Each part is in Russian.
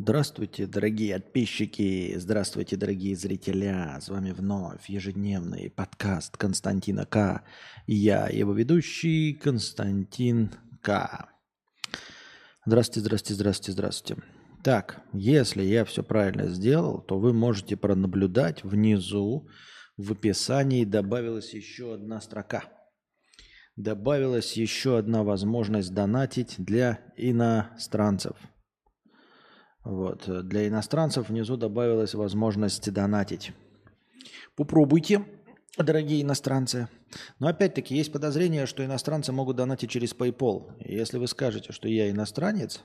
Здравствуйте, дорогие подписчики, здравствуйте, дорогие зрителя. С вами вновь ежедневный подкаст Константина К. И я, его ведущий Константин К. Здравствуйте, здравствуйте, здравствуйте, здравствуйте. Так, если я все правильно сделал, то вы можете пронаблюдать внизу в описании добавилась еще одна строка. Добавилась еще одна возможность донатить для иностранцев. Вот. Для иностранцев внизу добавилась возможность донатить. Попробуйте, дорогие иностранцы. Но опять-таки есть подозрение, что иностранцы могут донатить через PayPal. И если вы скажете, что я иностранец,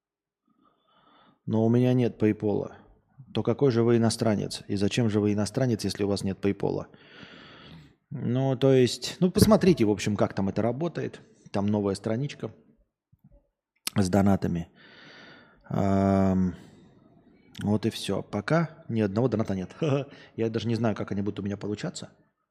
но у меня нет PayPal, то какой же вы иностранец? И зачем же вы иностранец, если у вас нет PayPal? Ну, то есть, посмотрите, в общем, как там это работает. Там новая страничка с донатами. Вот и все. Пока ни одного доната нет. Я даже не знаю, как они будут у меня получаться.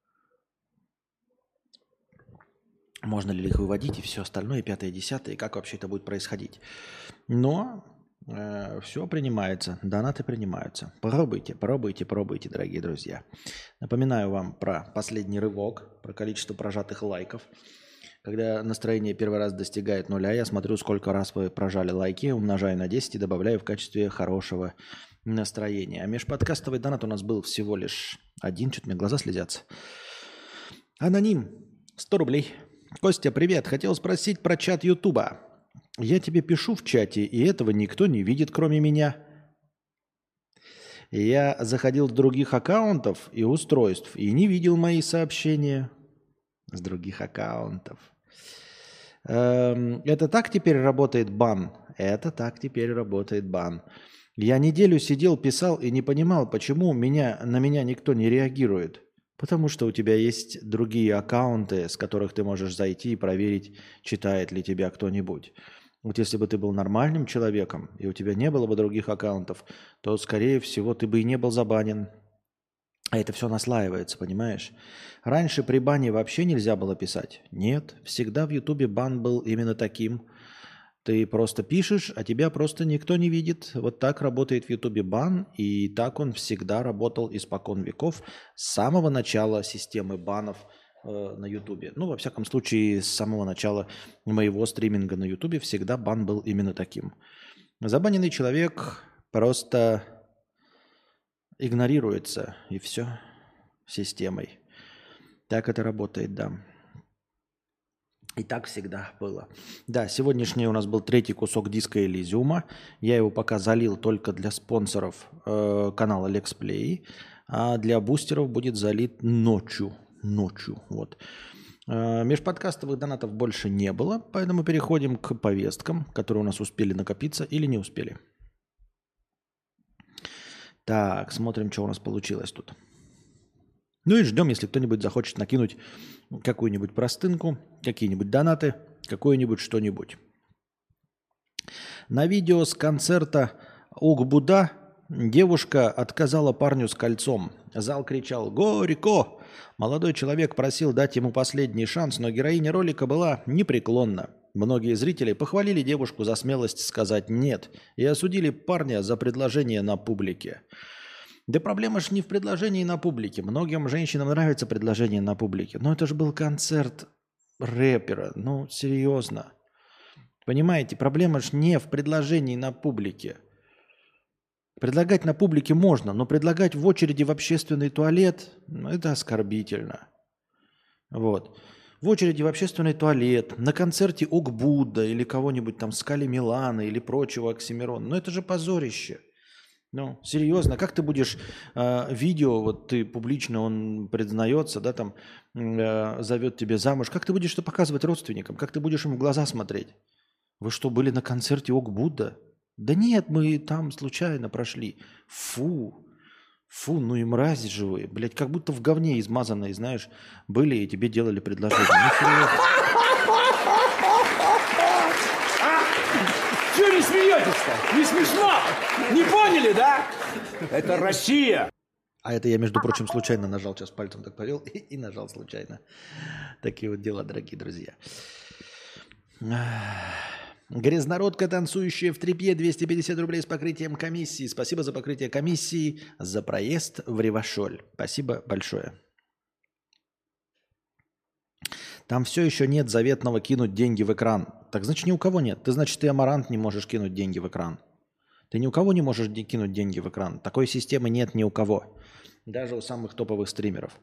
Можно ли их выводить и все остальное, пятое, десятое, и как вообще это будет происходить. Но все принимается, донаты принимаются. Пробуйте, дорогие друзья. Напоминаю вам про последний рывок, про количество прожатых лайков. Когда настроение первый раз достигает нуля, я смотрю, сколько раз вы прожали лайки, умножаю на 10 и добавляю в качестве хорошего настроения. А межподкастовый донат у нас был всего лишь один, что-то у меня глаза слезятся. Аноним, 100 рублей. Костя, привет. Хотел спросить про чат Ютуба. Я тебе пишу в чате, и этого никто не видит, кроме меня. Я заходил с других аккаунтов и устройств, и не видел мои сообщения с других аккаунтов. Это так теперь работает бан? Это так теперь работает бан. Я неделю сидел, писал и не понимал, почему на меня никто не реагирует. Потому что у тебя есть другие аккаунты, с которых ты можешь зайти и проверить, читает ли тебя кто-нибудь. Вот если бы ты был нормальным человеком, и у тебя не было бы других аккаунтов, то, скорее всего, ты бы и не был забанен. А это все наслаивается, понимаешь? Раньше при бане вообще нельзя было писать. Нет, всегда в Ютубе бан был именно таким. Ты просто пишешь, а тебя просто никто не видит. Вот так работает в Ютубе бан, и так он всегда работал испокон веков с самого начала системы банов на Ютубе. Во всяком случае, с самого начала моего стриминга на Ютубе всегда бан был именно таким. Забаненный человек просто игнорируется, и все, системой. Так это работает, да. И так всегда было. Да, сегодняшний у нас был третий кусок диска Элизиума. Я его пока залил только для спонсоров канала Lexplay, а для бустеров будет залит ночью. Вот. Межподкастовых донатов больше не было, поэтому переходим к повесткам, которые у нас успели накопиться или не успели. Так, смотрим, что у нас получилось тут. И ждем, если кто-нибудь захочет накинуть какую-нибудь простынку, какие-нибудь донаты, какое-нибудь что-нибудь. На видео с концерта Угбуда девушка отказала парню с кольцом. Зал кричал «Горько!». Молодой человек просил дать ему последний шанс, но героиня ролика была непреклонна. Многие зрители похвалили девушку за смелость сказать «нет» и осудили парня за предложение на публике. Да проблема ж не в предложении на публике. Многим женщинам нравится предложение на публике. Но это же был концерт рэпера. Серьезно. Понимаете, проблема ж не в предложении на публике. Предлагать на публике можно, но предлагать в очереди в общественный туалет, это оскорбительно. Вот. В очереди в общественный туалет, на концерте Угбуда или кого-нибудь там Скали Милана или прочего Оксимирона. Это же позорище. Серьезно, как ты будешь видео, ты публично, он признается, да, там зовет тебя замуж, как ты будешь это показывать родственникам, как ты будешь им в глаза смотреть? Вы что, были на концерте Угбуда? Да нет, мы там случайно прошли. Фу, и мрази же вы, блядь, как будто в говне измазанные, знаешь, были и тебе делали предложение. Серьезно. Чего не смеетесь-то? Не смешно? Не поняли, да? Это Россия. А это я, между прочим, случайно нажал, сейчас пальцем так повел и нажал случайно. Такие вот дела, дорогие друзья. Грязнородка, танцующая в тряпье, 250 рублей с покрытием комиссии. Спасибо за покрытие комиссии за проезд в Ревашоль. Спасибо большое. Там все еще нет заветного кинуть деньги в экран. Так значит, ни у кого нет. Ты амарант не можешь кинуть деньги в экран. Ты ни у кого не можешь кинуть деньги в экран. Такой системы нет ни у кого. Даже у самых топовых стримеров.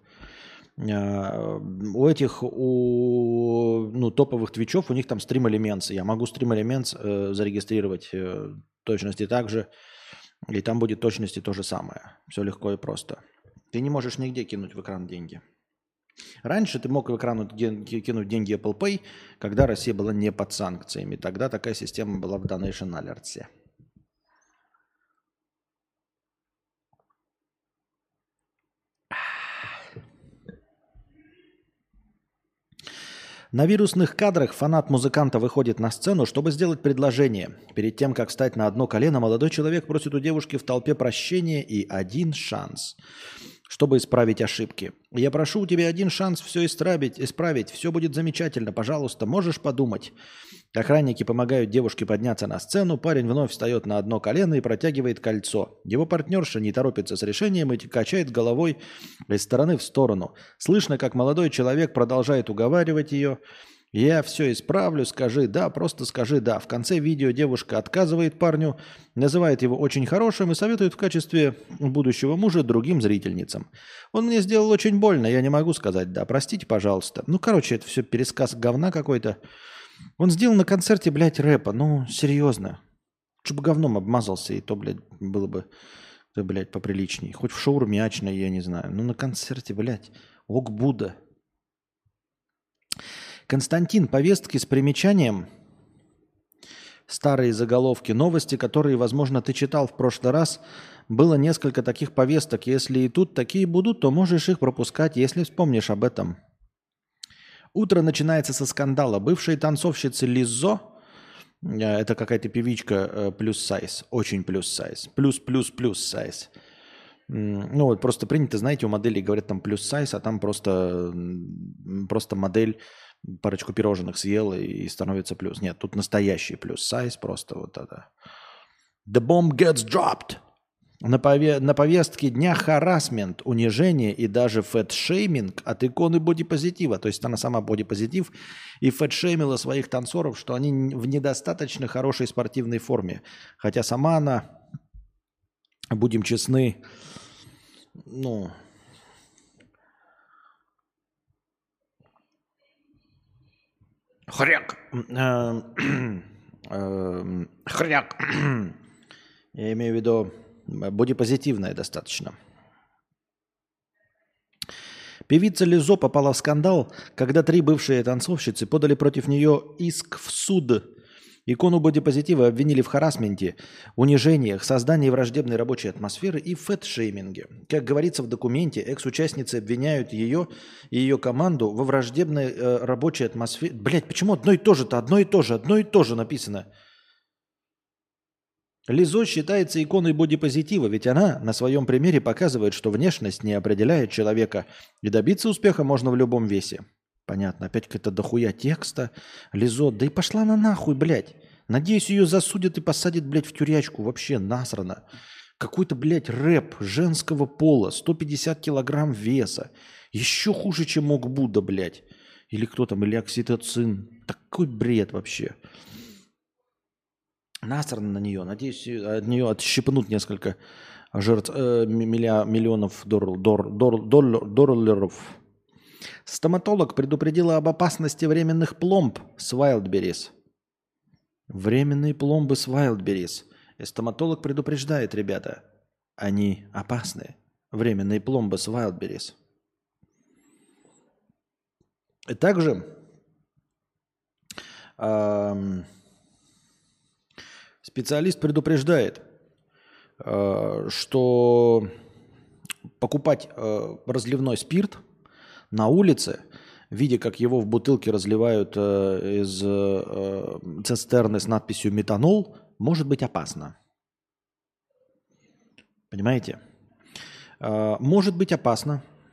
У топовых твичов, у них там стрим элементс. Я могу стрим элементс зарегистрировать точности так же. И там будет точности то же самое. Все легко и просто. Ты не можешь нигде кинуть в экран деньги. Раньше ты мог в экран кинуть деньги Apple Pay, когда Россия была не под санкциями. Тогда такая система была в Donation Alerts. На вирусных кадрах фанат музыканта выходит на сцену, чтобы сделать предложение. Перед тем, как встать на одно колено, молодой человек просит у девушки в толпе прощения и один шанс, чтобы исправить ошибки. «Я прошу у тебя один шанс все исправить. Все будет замечательно. Пожалуйста, можешь подумать». Охранники помогают девушке подняться на сцену. Парень вновь встает на одно колено и протягивает кольцо. Его партнерша не торопится с решением и качает головой из стороны в сторону. Слышно, как молодой человек продолжает уговаривать ее. «Я все исправлю, скажи да, просто скажи да». В конце видео девушка отказывает парню, называет его очень хорошим и советует в качестве будущего мужа другим зрительницам. «Он мне сделал очень больно, я не могу сказать да, простите, пожалуйста». Это все пересказ говна какой-то. Он сделал на концерте, блядь, рэпа. Серьезно. Лучше бы говном обмазался, и то, блядь, было бы, блядь, поприличней. Хоть в шоу румячной, я не знаю. На концерте, блядь, ок Будда. Константин, повестки с примечанием. Старые заголовки. Новости, которые, возможно, ты читал в прошлый раз. Было несколько таких повесток. Если и тут такие будут, то можешь их пропускать, если вспомнишь об этом. Утро начинается со скандала. Бывшая танцовщица Лиззо, это какая-то певичка плюс сайз, очень плюс сайз, плюс сайз. Просто принято, знаете, у моделей говорят там плюс сайз, а там просто модель парочку пирожных съела и становится плюс. Нет, тут настоящий плюс сайз, просто вот это. The bomb gets dropped. На повестке дня харассмент, унижение и даже фэтшейминг от иконы бодипозитива. То есть она сама бодипозитив и фэтшеймила своих танцоров, что они в недостаточно хорошей спортивной форме. Хотя сама она, будем честны, хряк. Хряк. Я имею в виду бодипозитивная достаточно. Певица Лиззо попала в скандал, когда 3 бывшие танцовщицы подали против нее иск в суд. Икону бодипозитива обвинили в харассменте, унижениях, создании враждебной рабочей атмосферы и фэтшейминге. Как говорится в документе, экс-участницы обвиняют ее и ее команду во враждебной рабочей атмосфере. Блять, почему одно и то же написано? Лиззо считается иконой бодипозитива, ведь она на своем примере показывает, что внешность не определяет человека, и добиться успеха можно в любом весе. Понятно, опять какая-то дохуя текста. Лиззо, да и пошла она нахуй, блядь. Надеюсь, ее засудят и посадят, блядь, в тюрячку. Вообще насрано. Какой-то, блядь, рэп женского пола, 150 килограмм веса. Еще хуже, чем ок Будда, блядь. Или кто там, или окситоцин. Такой бред вообще. Насрано на нее. Надеюсь, от нее отщипнут несколько миллионов долларов. Стоматолог предупредила об опасности временных пломб с Wildberries. Временные пломбы с Wildberries. И стоматолог предупреждает, ребята, они опасны. Временные пломбы с Wildberries. И также специалист предупреждает, что покупать разливной спирт на улице, видя, как его в бутылке разливают из цистерны с надписью «метанол», может быть опасно. Понимаете? Может быть опасно.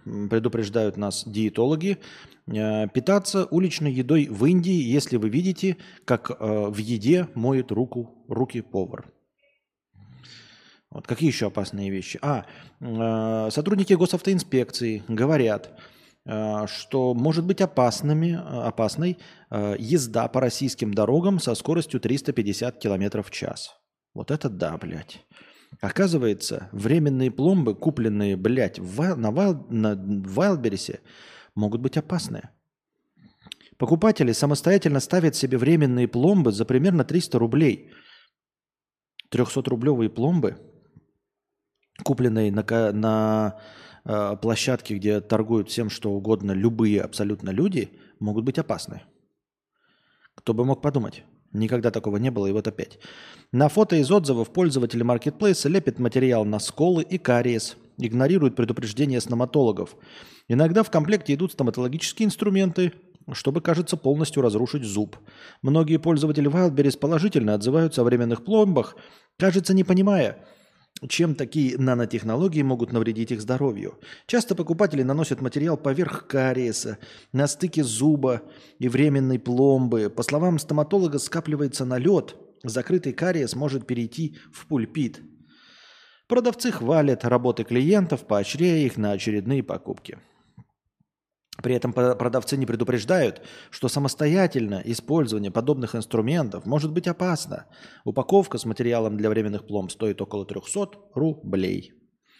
предупреждают нас диетологи, питаться уличной едой в Индии, если вы видите, как в еде моет руки повар. Вот какие еще опасные вещи? Сотрудники госавтоинспекции говорят, что может быть опасной езда по российским дорогам со скоростью 350 км в час. Вот это да, блядь. Оказывается, временные пломбы, купленные, блядь, на Wildberries, могут быть опасны. Покупатели самостоятельно ставят себе временные пломбы за примерно 300 рублей. 300-рублевые пломбы, купленные на площадке, где торгуют всем, что угодно, любые абсолютно люди, могут быть опасны. Кто бы мог подумать? Никогда такого не было, и вот опять. На фото из отзывов пользователи маркетплейса лепят материал на сколы и кариес, игнорируют предупреждения стоматологов. Иногда в комплекте идут стоматологические инструменты, чтобы, кажется, полностью разрушить зуб. Многие пользователи Wildberries положительно отзываются о временных пломбах, кажется, не понимая, чем такие нанотехнологии могут навредить их здоровью. Часто покупатели наносят материал поверх кариеса, на стыке зуба и временной пломбы. По словам стоматолога, скапливается налет. Закрытый кариес может перейти в пульпит. Продавцы хвалят работы клиентов, поощряя их на очередные покупки. При этом продавцы не предупреждают, что самостоятельное использование подобных инструментов может быть опасно. Упаковка с материалом для временных пломб стоит около 300 рублей.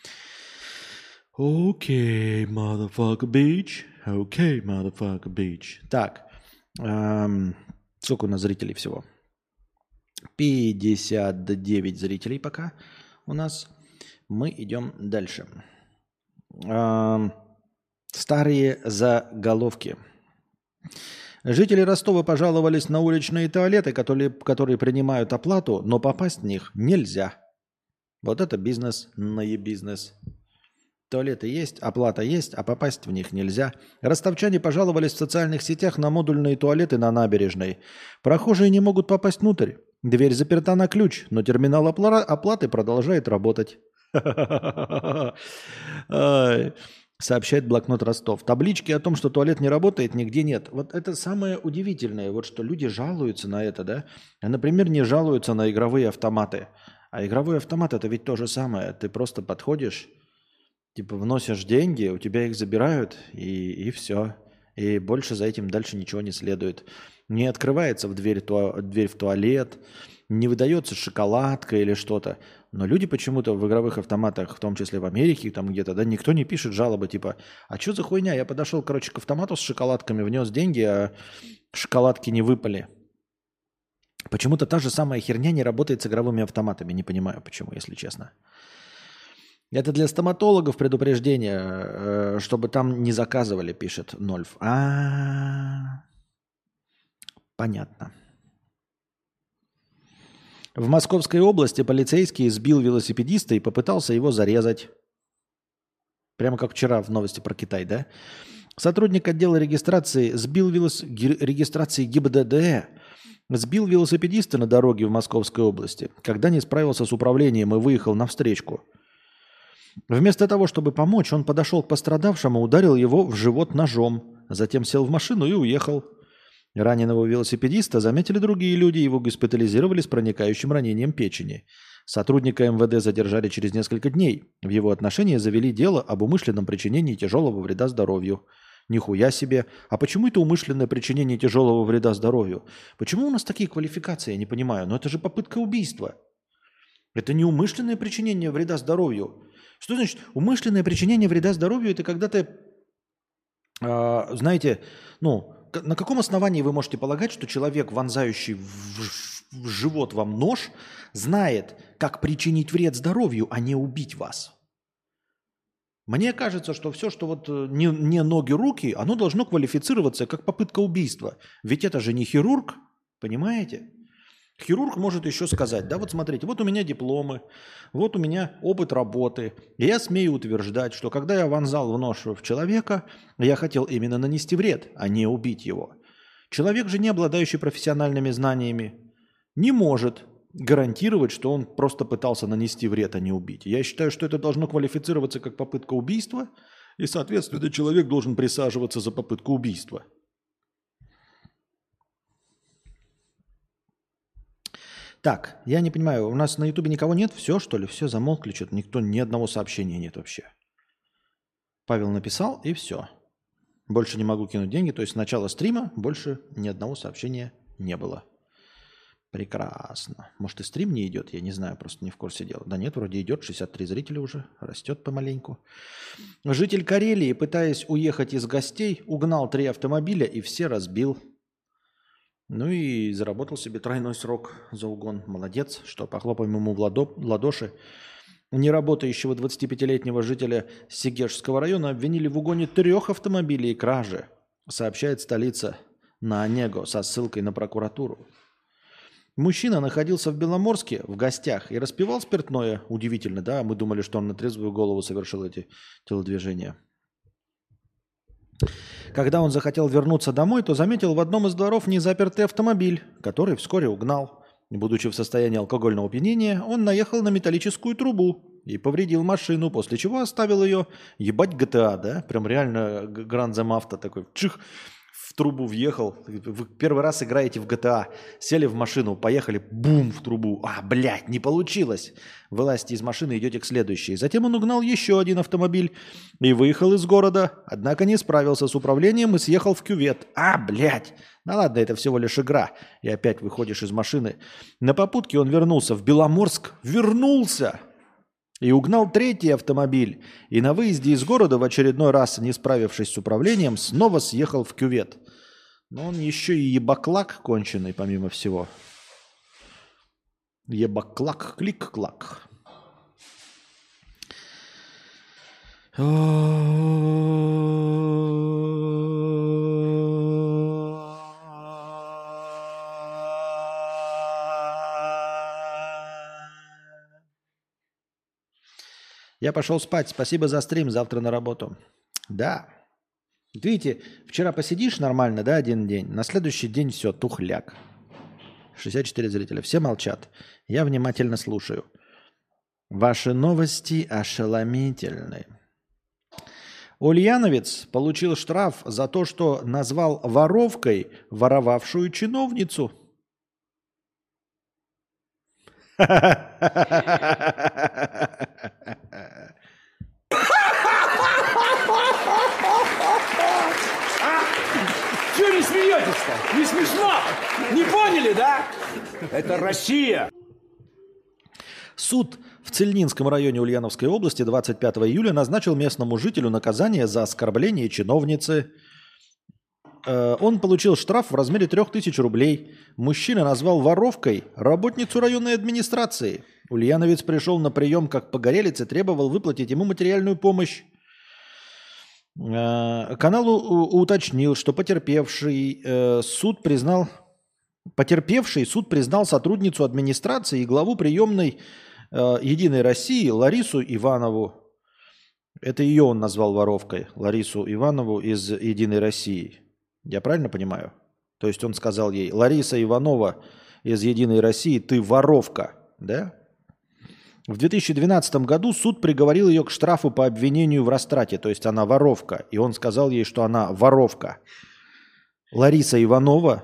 Окей, motherfucker bitch. Окей, motherfucker bitch. Так, сколько у нас зрителей всего? 59 зрителей пока у нас. Мы идем дальше. Старые заголовки. Жители Ростова пожаловались на уличные туалеты, которые принимают оплату, но попасть в них нельзя. Вот это бизнес, наебизнес. Туалеты есть, оплата есть, а попасть в них нельзя. Ростовчане пожаловались в социальных сетях на модульные туалеты на набережной. Прохожие не могут попасть внутрь. Дверь заперта на ключ, но терминал оплаты продолжает работать. Сообщает блокнот Ростов. Таблички о том, что туалет не работает, нигде нет. Вот это самое удивительное, вот что люди жалуются на это, да? Например, не жалуются на игровые автоматы. А игровой автомат это ведь то же самое. Ты просто подходишь, типа вносишь деньги, у тебя их забирают, и все. И больше за этим дальше ничего не следует. Не открывается дверь в туалет, не выдается шоколадка или что-то. Но люди почему-то в игровых автоматах, в том числе в Америке, там где-то, да, никто не пишет жалобы, типа, а что за хуйня? Я подошел, короче, к автомату с шоколадками, внес деньги, а шоколадки не выпали. Почему-то та же самая херня не работает с игровыми автоматами. Не понимаю, почему, если честно. Это для стоматологов предупреждение, чтобы там не заказывали, пишет Нольф. Понятно. В Московской области полицейский сбил велосипедиста и попытался его зарезать. Прямо как вчера в новости про Китай, да? Сотрудник отдела регистрации регистрации ГИБДД сбил велосипедиста на дороге в Московской области, когда не справился с управлением и выехал навстречку. Вместо того, чтобы помочь, он подошел к пострадавшему, ударил его в живот ножом, затем сел в машину и уехал. Раненого велосипедиста заметили другие люди, его госпитализировали с проникающим ранением печени. Сотрудника МВД задержали через несколько дней. В его отношении завели дело об умышленном причинении тяжелого вреда здоровью. Нихуя себе. А почему это умышленное причинение тяжелого вреда здоровью? Почему у нас такие квалификации, я не понимаю. Но это же попытка убийства. Это не умышленное причинение вреда здоровью. Что значит умышленное причинение вреда здоровью? Это когда ты, знаете, на каком основании вы можете полагать, что человек, вонзающий в живот вам нож, знает, как причинить вред здоровью, а не убить вас? Мне кажется, что все, что вот не ноги, руки, оно должно квалифицироваться как попытка убийства. Ведь это же не хирург, понимаете? Хирург может еще сказать, да, вот смотрите, вот у меня дипломы, вот у меня опыт работы. И я смею утверждать, что когда я вонзал в нож в человека, я хотел именно нанести вред, а не убить его. Человек же, не обладающий профессиональными знаниями, не может гарантировать, что он просто пытался нанести вред, а не убить. Я считаю, что это должно квалифицироваться как попытка убийства, И, соответственно, человек должен присаживаться за попытку убийства. Так, я не понимаю, у нас на Ютубе никого нет? Все, что ли? Все, замолкли что-то? Никто, ни одного сообщения нет вообще. Павел написал, и все. Больше не могу кинуть деньги. То есть с начала стрима больше ни одного сообщения не было. Прекрасно. Может, и стрим не идет? Я не знаю, просто не в курсе дела. Да нет, вроде идет. 63 зрителя уже. Растет помаленьку. Житель Карелии, пытаясь уехать из гостей, угнал 3 автомобиля и все разбил. Ну и заработал себе тройной срок за угон. Молодец, что похлопаем ему в ладоши. Неработающего 25-летнего жителя Сегежского района обвинили в угоне 3 автомобилей и краже, сообщает столица на Онего со ссылкой на прокуратуру. Мужчина находился в Беломорске в гостях и распивал спиртное. Удивительно, да? Мы думали, что он на трезвую голову совершил эти телодвижения. Когда он захотел вернуться домой, то заметил в одном из дворов незапертый автомобиль, который вскоре угнал. Будучи в состоянии алкогольного опьянения, он наехал на металлическую трубу и повредил машину, после чего оставил ее. Ебать GTA, да? Прям реально Grand Theft Auto такой. Чих, в трубу въехал. Вы первый раз играете в GTA. Сели в машину, поехали, бум, в трубу. А, блядь, не получилось. Вылазите из машины, идете к следующей. Затем он угнал еще один автомобиль и выехал из города. Однако не справился с управлением и съехал в кювет. А, блядь. Ну ладно, это всего лишь игра. И опять выходишь из машины. На попутке он вернулся в Беломорск. Вернулся! И угнал 3-й автомобиль. И на выезде из города в очередной раз, не справившись с управлением, снова съехал в кювет. Но он еще и ебаклак конченый, помимо всего. Ебаклак, клик-клак. Я пошел спать. Спасибо за стрим. Завтра на работу. Да. Видите, вчера посидишь нормально, да, один день. На следующий день все, тухляк. 64 зрителя. Все молчат. Я внимательно слушаю. Ваши новости ошеломительны. Ульяновец получил штраф за то, что назвал воровкой воровавшую чиновницу. Чего не смеетесь-то? Не смешно? Не поняли, да? Это Россия. Суд в Цельнинском районе Ульяновской области 25 июля назначил местному жителю наказание за оскорбление чиновницы. Он получил штраф в размере 3000 рублей. Мужчина назвал воровкой работницу районной администрации. Ульяновец пришел на прием как погорелец и требовал выплатить ему материальную помощь. Канал уточнил, что потерпевший суд признал сотрудницу администрации и главу приемной «Единой России» Ларису Иванову. Это ее он назвал воровкой, Ларису Иванову из «Единой России». Я правильно понимаю? То есть он сказал ей: Лариса Иванова из «Единой России», ты воровка, да? В 2012 году суд приговорил ее к штрафу по обвинению в растрате, то есть она воровка. И он сказал ей, что она воровка. Лариса Иванова,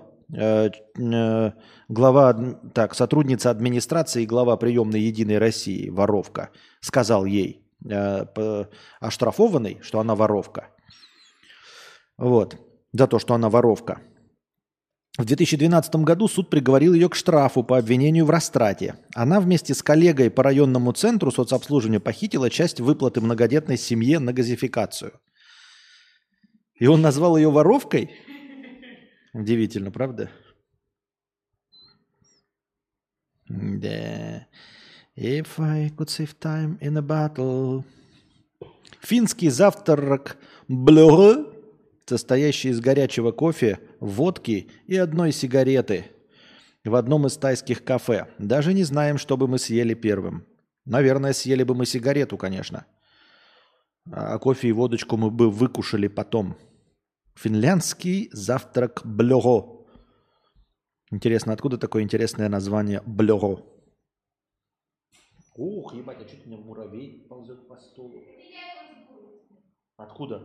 сотрудница администрации и глава приемной «Единой России», воровка, сказал ей, оштрафованной, что она воровка. Вот, за то, что она воровка. В 2012 году суд приговорил ее к штрафу по обвинению в растрате. Она вместе с коллегой по районному центру соцобслуживания похитила часть выплаты многодетной семье на газификацию. И он назвал ее воровкой? Удивительно, правда? Да. If I could save time in a battle. Финский завтрак блюры, состоящий из горячего кофе, водки и одной сигареты в одном из тайских кафе. Даже не знаем, что бы мы съели первым. Наверное, съели бы мы сигарету, конечно. А кофе и водочку мы бы выкушали потом. Финляндский завтрак блюро. Интересно, откуда такое интересное название блюро? Ух, ебать, а что-то у меня муравей ползет по столу. Откуда?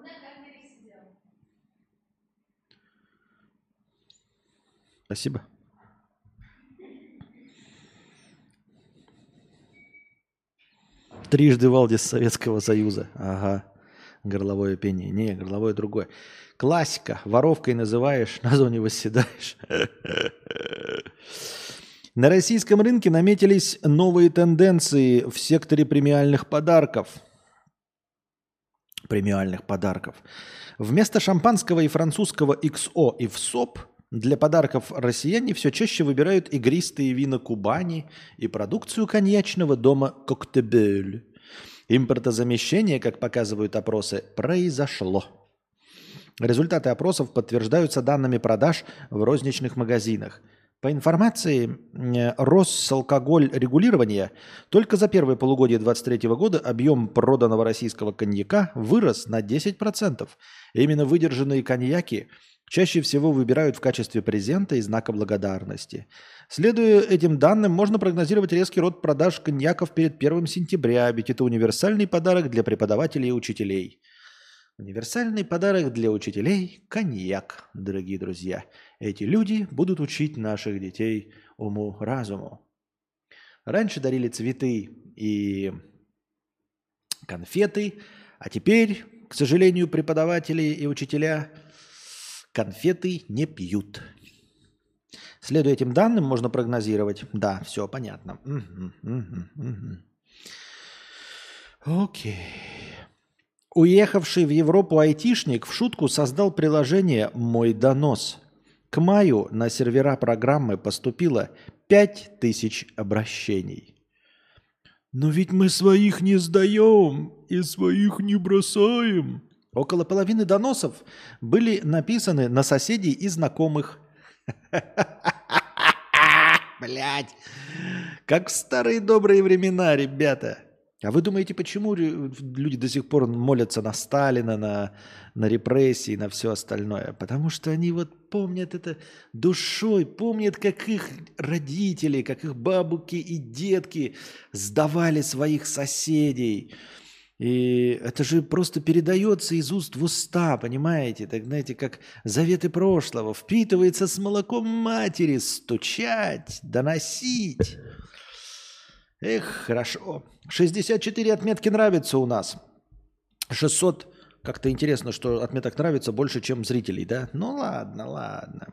Спасибо. Трижды Валдис Советского Союза. Ага. Горловое пение. Не, горловое другое. Классика. Воровкой называешь, на зоне восседаешь. На российском рынке наметились новые тенденции в секторе премиальных подарков. Вместо шампанского и французского XO и ВСОП для подарков россияне все чаще выбирают игристые вина Кубани и продукцию коньячного дома «Коктебель». Импортозамещение, как показывают опросы, произошло. Результаты опросов подтверждаются данными продаж в розничных магазинах. По информации Россалкоголь регулирования, только за первое полугодие 2023 года объем проданного российского коньяка вырос на 10%. Именно выдержанные коньяки чаще всего выбирают в качестве презента и знака благодарности. Следуя этим данным, можно прогнозировать резкий рост продаж коньяков перед 1 сентября, ведь это универсальный подарок для преподавателей и учителей. Универсальный подарок для учителей – коньяк, дорогие друзья. Эти люди будут учить наших детей уму-разуму. Раньше дарили цветы и конфеты, а теперь, к сожалению, преподаватели и учителя конфеты не пьют. Следуя этим данным, можно прогнозировать. Да, все понятно. Окей. Уехавший в Европу айтишник в шутку создал приложение «Мой донос». К маю на сервера программы поступило 5000 обращений. Но ведь мы своих не сдаем и своих не бросаем. Около половины доносов были написаны на соседей и знакомых. Блять, как в старые добрые времена, ребята. А вы думаете, почему люди до сих пор молятся на Сталина, на репрессии, на все остальное? Потому что они вот помнят это душой, помнят, как их родители, как их бабушки и дедки сдавали своих соседей. И это же просто передается из уст в уста, понимаете? Так, знаете, как заветы прошлого. Впитывается с молоком матери, стучать, доносить. Эх, хорошо. 64 отметки нравится у нас. 600, как-то интересно, что отметок нравится больше, чем зрителей, да? Ну ладно, ладно.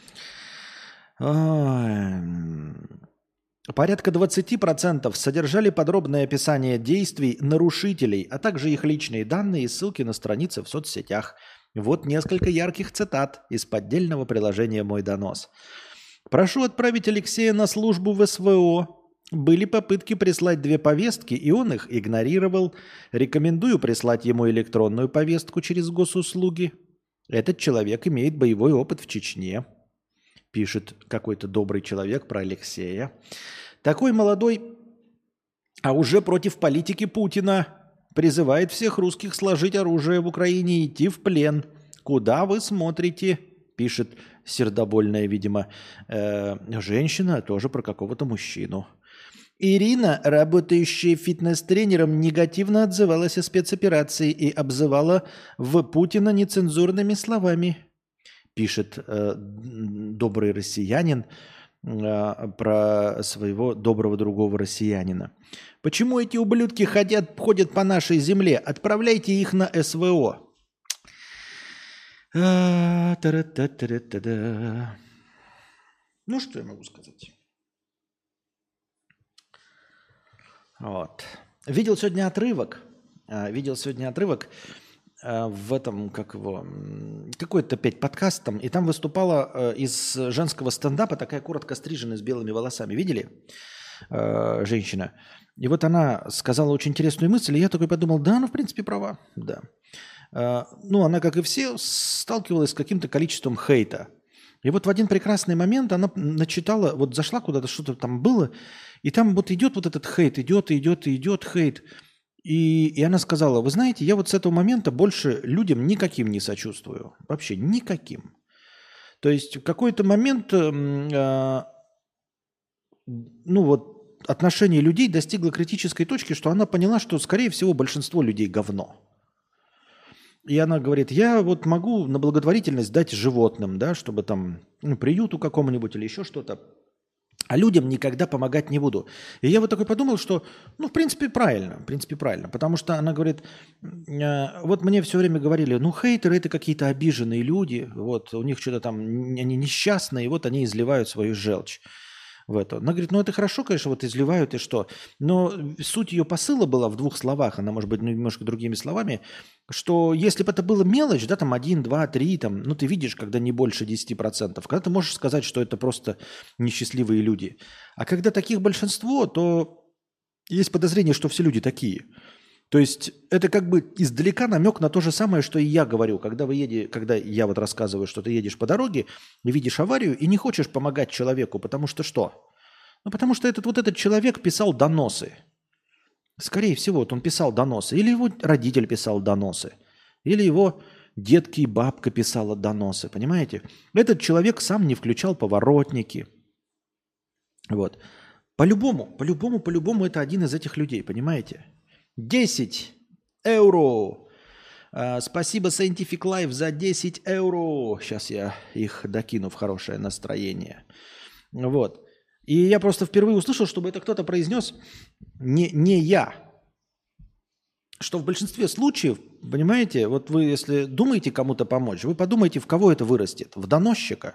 Порядка 20% содержали подробное описание действий нарушителей, а также их личные данные и ссылки на страницы в соцсетях. Вот несколько ярких цитат из поддельного приложения «Мой донос». «Прошу отправить Алексея на службу в СВО. Были попытки прислать 2 повестки, и он их игнорировал. Рекомендую прислать ему электронную повестку через госуслуги. Этот человек имеет боевой опыт в Чечне», пишет какой-то добрый человек про Алексея. «Такой молодой, а уже против политики Путина, призывает всех русских сложить оружие в Украине и идти в плен. Куда вы смотрите?» пишет сердобольная, видимо, женщина, тоже про какого-то мужчину. Ирина, работающая фитнес-тренером, негативно отзывалась о спецоперации и обзывала в Путина нецензурными словами, пишет добрый россиянин про своего доброго другого россиянина. «Почему эти ублюдки ходят по нашей земле? Отправляйте их на СВО». Ну, что я могу сказать? Вот. Видел сегодня отрывок в этом, как его, какой-то опять подкаст там, и там выступала из женского стендапа такая коротко стриженная с белыми волосами. Видели? Женщина. И вот она сказала очень интересную мысль, и я такой подумал, да, она в принципе права, да. Ну, она, как и все, сталкивалась с каким-то количеством хейта. И вот в один прекрасный момент она начитала, вот зашла куда-то, что-то там было, и там вот идет вот этот хейт, идет хейт. И она сказала, вы знаете, я вот с этого момента больше людям никаким не сочувствую. Вообще никаким. То есть в какой-то момент, ну вот, отношение людей достигло критической точки, что она поняла, что, скорее всего, большинство людей говно. И она говорит, я вот могу на благотворительность дать животным, да, чтобы там приюту какому-нибудь или еще что-то. А людям никогда помогать не буду. И я вот такой подумал, что, в принципе, правильно. Потому что она говорит, вот мне все время говорили, хейтеры это какие-то обиженные люди, вот, у них что-то там, они несчастные, и вот они изливают свою желчь в это. Она говорит, это хорошо, конечно, вот изливают и что. Но суть ее посыла была в двух словах, она, может быть, немножко другими словами, что если бы это было мелочь, да, там 1, 2, 3, там, ты видишь, когда не больше 10%, когда ты можешь сказать, что это просто несчастливые люди. А когда таких большинство, то есть подозрение, что все люди такие. То есть это как бы издалека намек на то же самое, что и я говорю. Когда я вот рассказываю, что ты едешь по дороге и видишь аварию и не хочешь помогать человеку, потому что что? Потому что этот человек писал доносы. Скорее всего, вот он писал доносы. Или его родитель писал доносы. Или его детки и бабка писала доносы. Понимаете? Этот человек сам не включал поворотники. Вот. По-любому это один из этих людей. Понимаете? 10 евро. Спасибо Scientific Life за 10 евро. Сейчас я их докину в хорошее настроение. Вот. И я просто впервые услышал, чтобы это кто-то произнес, не я. Что в большинстве случаев, понимаете, вот вы если думаете кому-то помочь, вы подумайте, в кого это вырастет. В доносчика.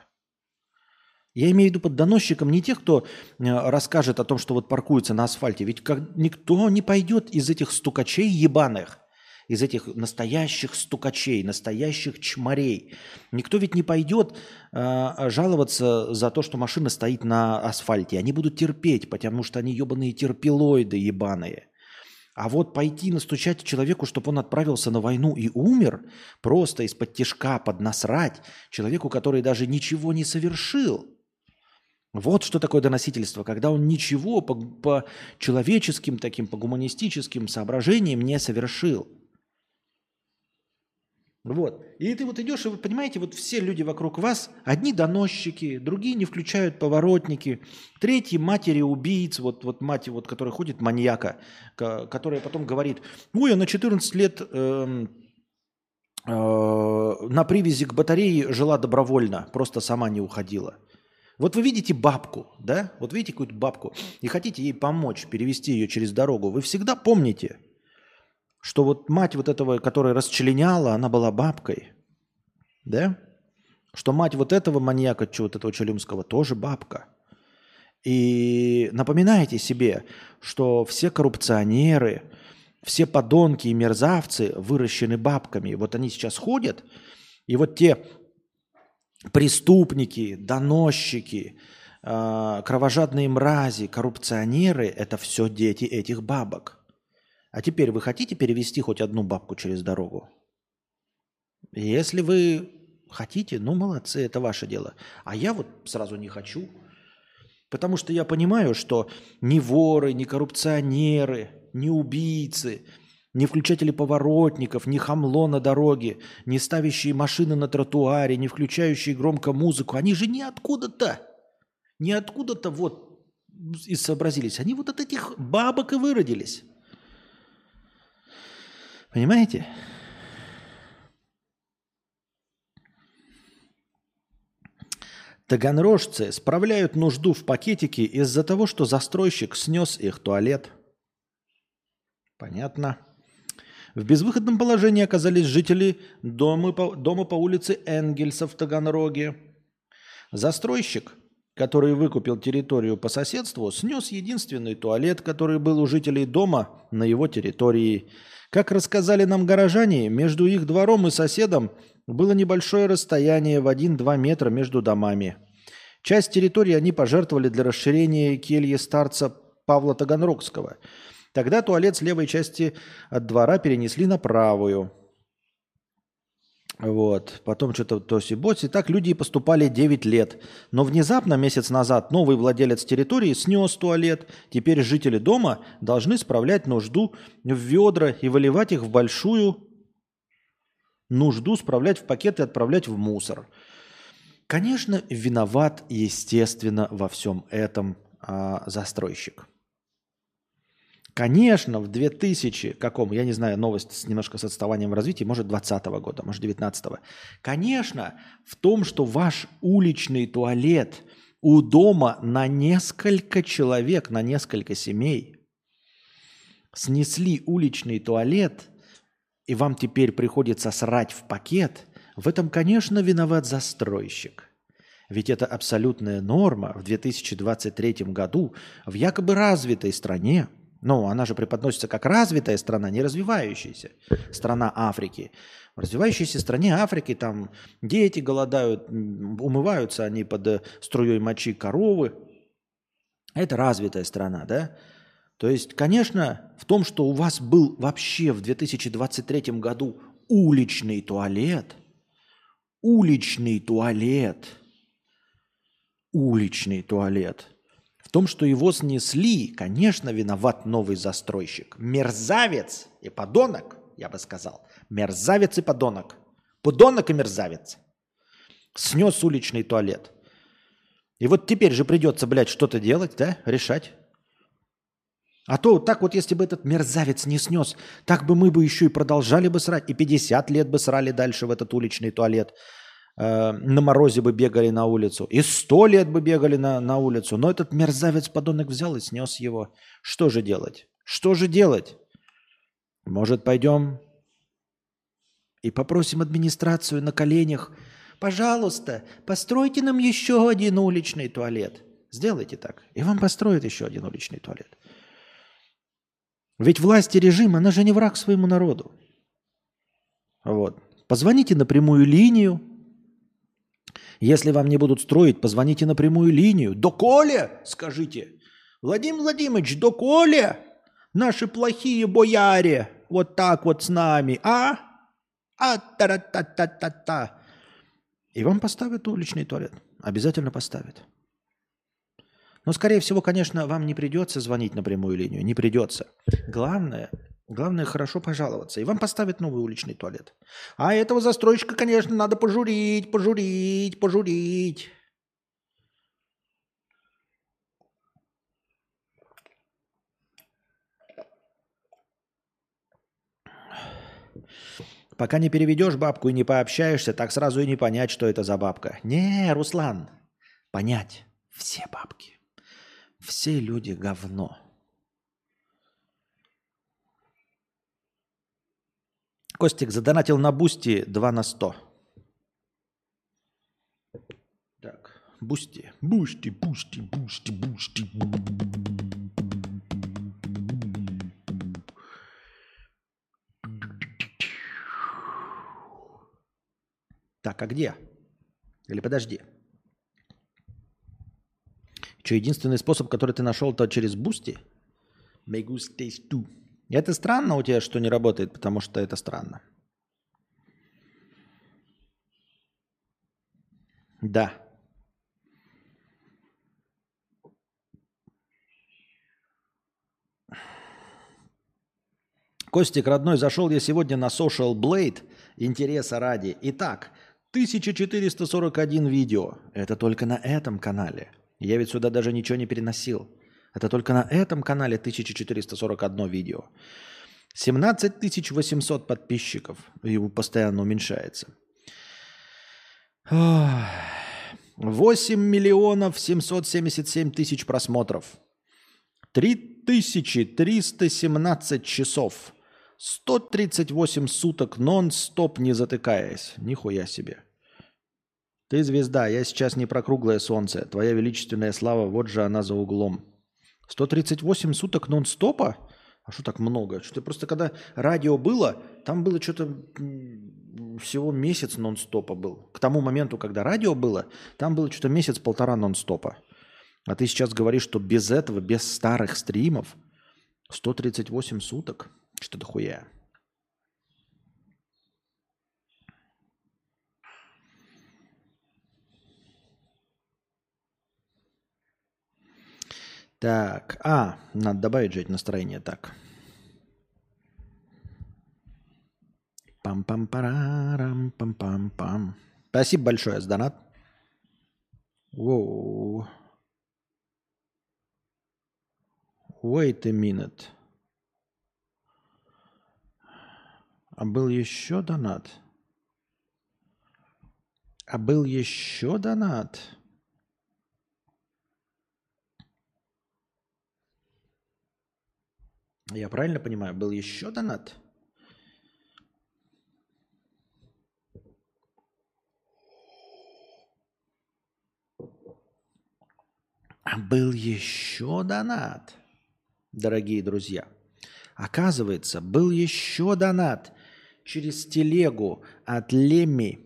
Я имею в виду под доносчиком не тех, кто расскажет о том, что вот паркуется на асфальте. Ведь никто не пойдет из этих стукачей ебаных, из этих настоящих стукачей, настоящих чморей. Никто ведь не пойдет жаловаться за то, что машина стоит на асфальте. Они будут терпеть, потому что они ебаные терпилоиды ебаные. А вот пойти настучать человеку, чтобы он отправился на войну и умер, просто из-под тишка поднасрать человеку, который даже ничего не совершил. Вот что такое доносительство, когда он ничего по человеческим, таким, по гуманистическим соображениям не совершил. Вот. И ты вот идешь, и вы понимаете, вот все люди вокруг вас, одни доносчики, другие не включают поворотники, третьи матери убийц, вот мать, вот, которая ходит маньяка, которая потом говорит, ой, я на 14 лет на привязи к батарее жила добровольно, просто сама не уходила. Вот вы видите бабку, да? Вот видите какую-то бабку и хотите ей помочь, перевести ее через дорогу. Вы всегда помните, что вот мать вот этого, которая расчленяла, она была бабкой, да? Что мать вот этого маньяка, вот этого Чалюмского, тоже бабка. И напоминайте себе, что все коррупционеры, все подонки и мерзавцы выращены бабками. Вот они сейчас ходят, и вот те преступники, доносчики, кровожадные мрази, коррупционеры – это все дети этих бабок. А теперь вы хотите перевести хоть одну бабку через дорогу? Если вы хотите, молодцы, это ваше дело. А я вот сразу не хочу. Потому что я понимаю, что ни воры, ни коррупционеры, ни убийцы, ни включатели поворотников, ни хамло на дороге, ни ставящие машины на тротуаре, ни включающие громко музыку, они же ниоткуда-то вот и сообразились. Они вот от этих бабок и выродились. Понимаете? Таганрожцы справляют нужду в пакетике из-за того, что застройщик снес их туалет. Понятно. В безвыходном положении оказались жители дома по улице Энгельса в Таганроге. Застройщик, который выкупил территорию по соседству, снес единственный туалет, который был у жителей дома на его территории. Как рассказали нам горожане, между их двором и соседом было небольшое расстояние в 1-2 метра между домами. Часть территории они пожертвовали для расширения кельи старца Павла Таганрогского. Тогда туалет с левой части от двора перенесли на правую. Вот. Потом что-то тоси-боси. Так люди и поступали 9 лет. Но внезапно, месяц назад, новый владелец территории снес туалет. Теперь жители дома должны справлять нужду в ведра и выливать их в большую нужду, справлять в пакеты и отправлять в мусор. Конечно, виноват, естественно, во всем этом застройщик. Конечно, в 2000 каком, я не знаю, новость немножко с отставанием в развитии, может, 2020 года, может, 19. Конечно, в том, что ваш уличный туалет у дома на несколько человек, на несколько семей снесли уличный туалет, и вам теперь приходится срать в пакет, в этом, конечно, виноват застройщик. Ведь это абсолютная норма в 2023 году в якобы развитой стране. Ну, она же преподносится как развитая страна, не развивающаяся страна Африки. В развивающейся стране Африки там дети голодают, умываются они под струей мочи коровы. Это развитая страна, да? То есть, конечно, в том, что у вас был вообще в 2023 году уличный туалет, в том, что его снесли, конечно, виноват новый застройщик. Мерзавец и подонок, я бы сказал. Мерзавец и подонок. Подонок и мерзавец. Снес уличный туалет. И вот теперь же придется, блядь, что-то делать, да, решать. А то так вот, если бы этот мерзавец не снес, так бы мы бы еще и продолжали бы срать. И 50 лет бы срали дальше в этот уличный туалет. На морозе бы бегали на улицу. И 100 лет бы бегали на улицу. Но этот мерзавец-подонок взял и снес его. Что же делать? Может, пойдем и попросим администрацию на коленях: пожалуйста, постройте нам еще один уличный туалет. Сделайте так, и вам построят еще один уличный туалет. Ведь власть и режим, она же не враг своему народу. Вот. Позвоните на прямую линию. Если вам не будут строить, позвоните на прямую линию. Доколе, скажите. Владимир Владимирович, доколе наши плохие бояре вот так вот с нами, а? Та-ра-та-та-та-та. И вам поставят уличный туалет. Обязательно поставят. Но, скорее всего, конечно, вам не придется звонить на прямую линию. Не придется. Главное хорошо пожаловаться. И вам поставят новый уличный туалет. А этого застройщика, конечно, надо пожурить. Пока не переведешь бабку и не пообщаешься, так сразу и не понять, что это за бабка. Не, Руслан, понять. Все бабки. Все люди говно. Костик задонатил на Бусти 2 на 100. Так, Бусти. Так, а где? Или подожди. Что, единственный способ, который ты нашел, то через Бусти? Это странно у тебя, что не работает, потому что это странно. Да. Костик, родной, зашел я сегодня на Social Blade, интереса ради. Итак, 1441 видео. Это только на этом канале. Я ведь сюда даже ничего не переносил. Это только на этом канале 1441 видео. 17 800 подписчиков. Его постоянно уменьшается. 8 миллионов 777 тысяч просмотров. 3317 часов. 138 суток нон-стоп не затыкаясь. Нихуя себе. Ты звезда, я сейчас не про круглое солнце. Твоя величественная слава, вот же она за углом. 138 суток нон-стопа? А что так много? Что просто когда радио было, там было что-то всего месяц нон-стопа был. К тому моменту, когда радио было, там было что-то месяц-полтора нон-стопа. А ты сейчас говоришь, что без этого, без старых стримов 138 суток? Что-то хуя. Так, надо добавить жить настроение так. Пам-пам-парам, пам-пам-пам. Спасибо большое за донат. Воу. Wait a minute. А был еще донат? А был еще донат? Я правильно понимаю? Был еще донат? А был еще донат, дорогие друзья. Оказывается, был еще донат через телегу от Лемми.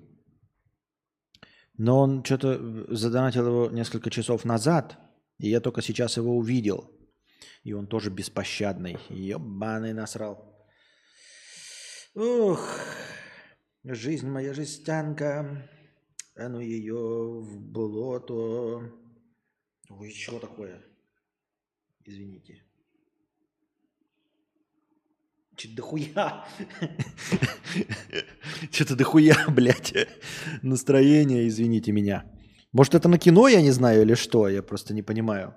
Но он что-то задонатил его несколько часов назад, и я только сейчас его увидел. И он тоже беспощадный. Ебаный насрал. Ух, жизнь моя жестянка, а ну ее в болото. Ой, чего такое? Извините. Че-то дохуя. Что-то дохуя, блядь. Настроение, извините меня. Может, это на кино, я не знаю, или что? Я просто не понимаю.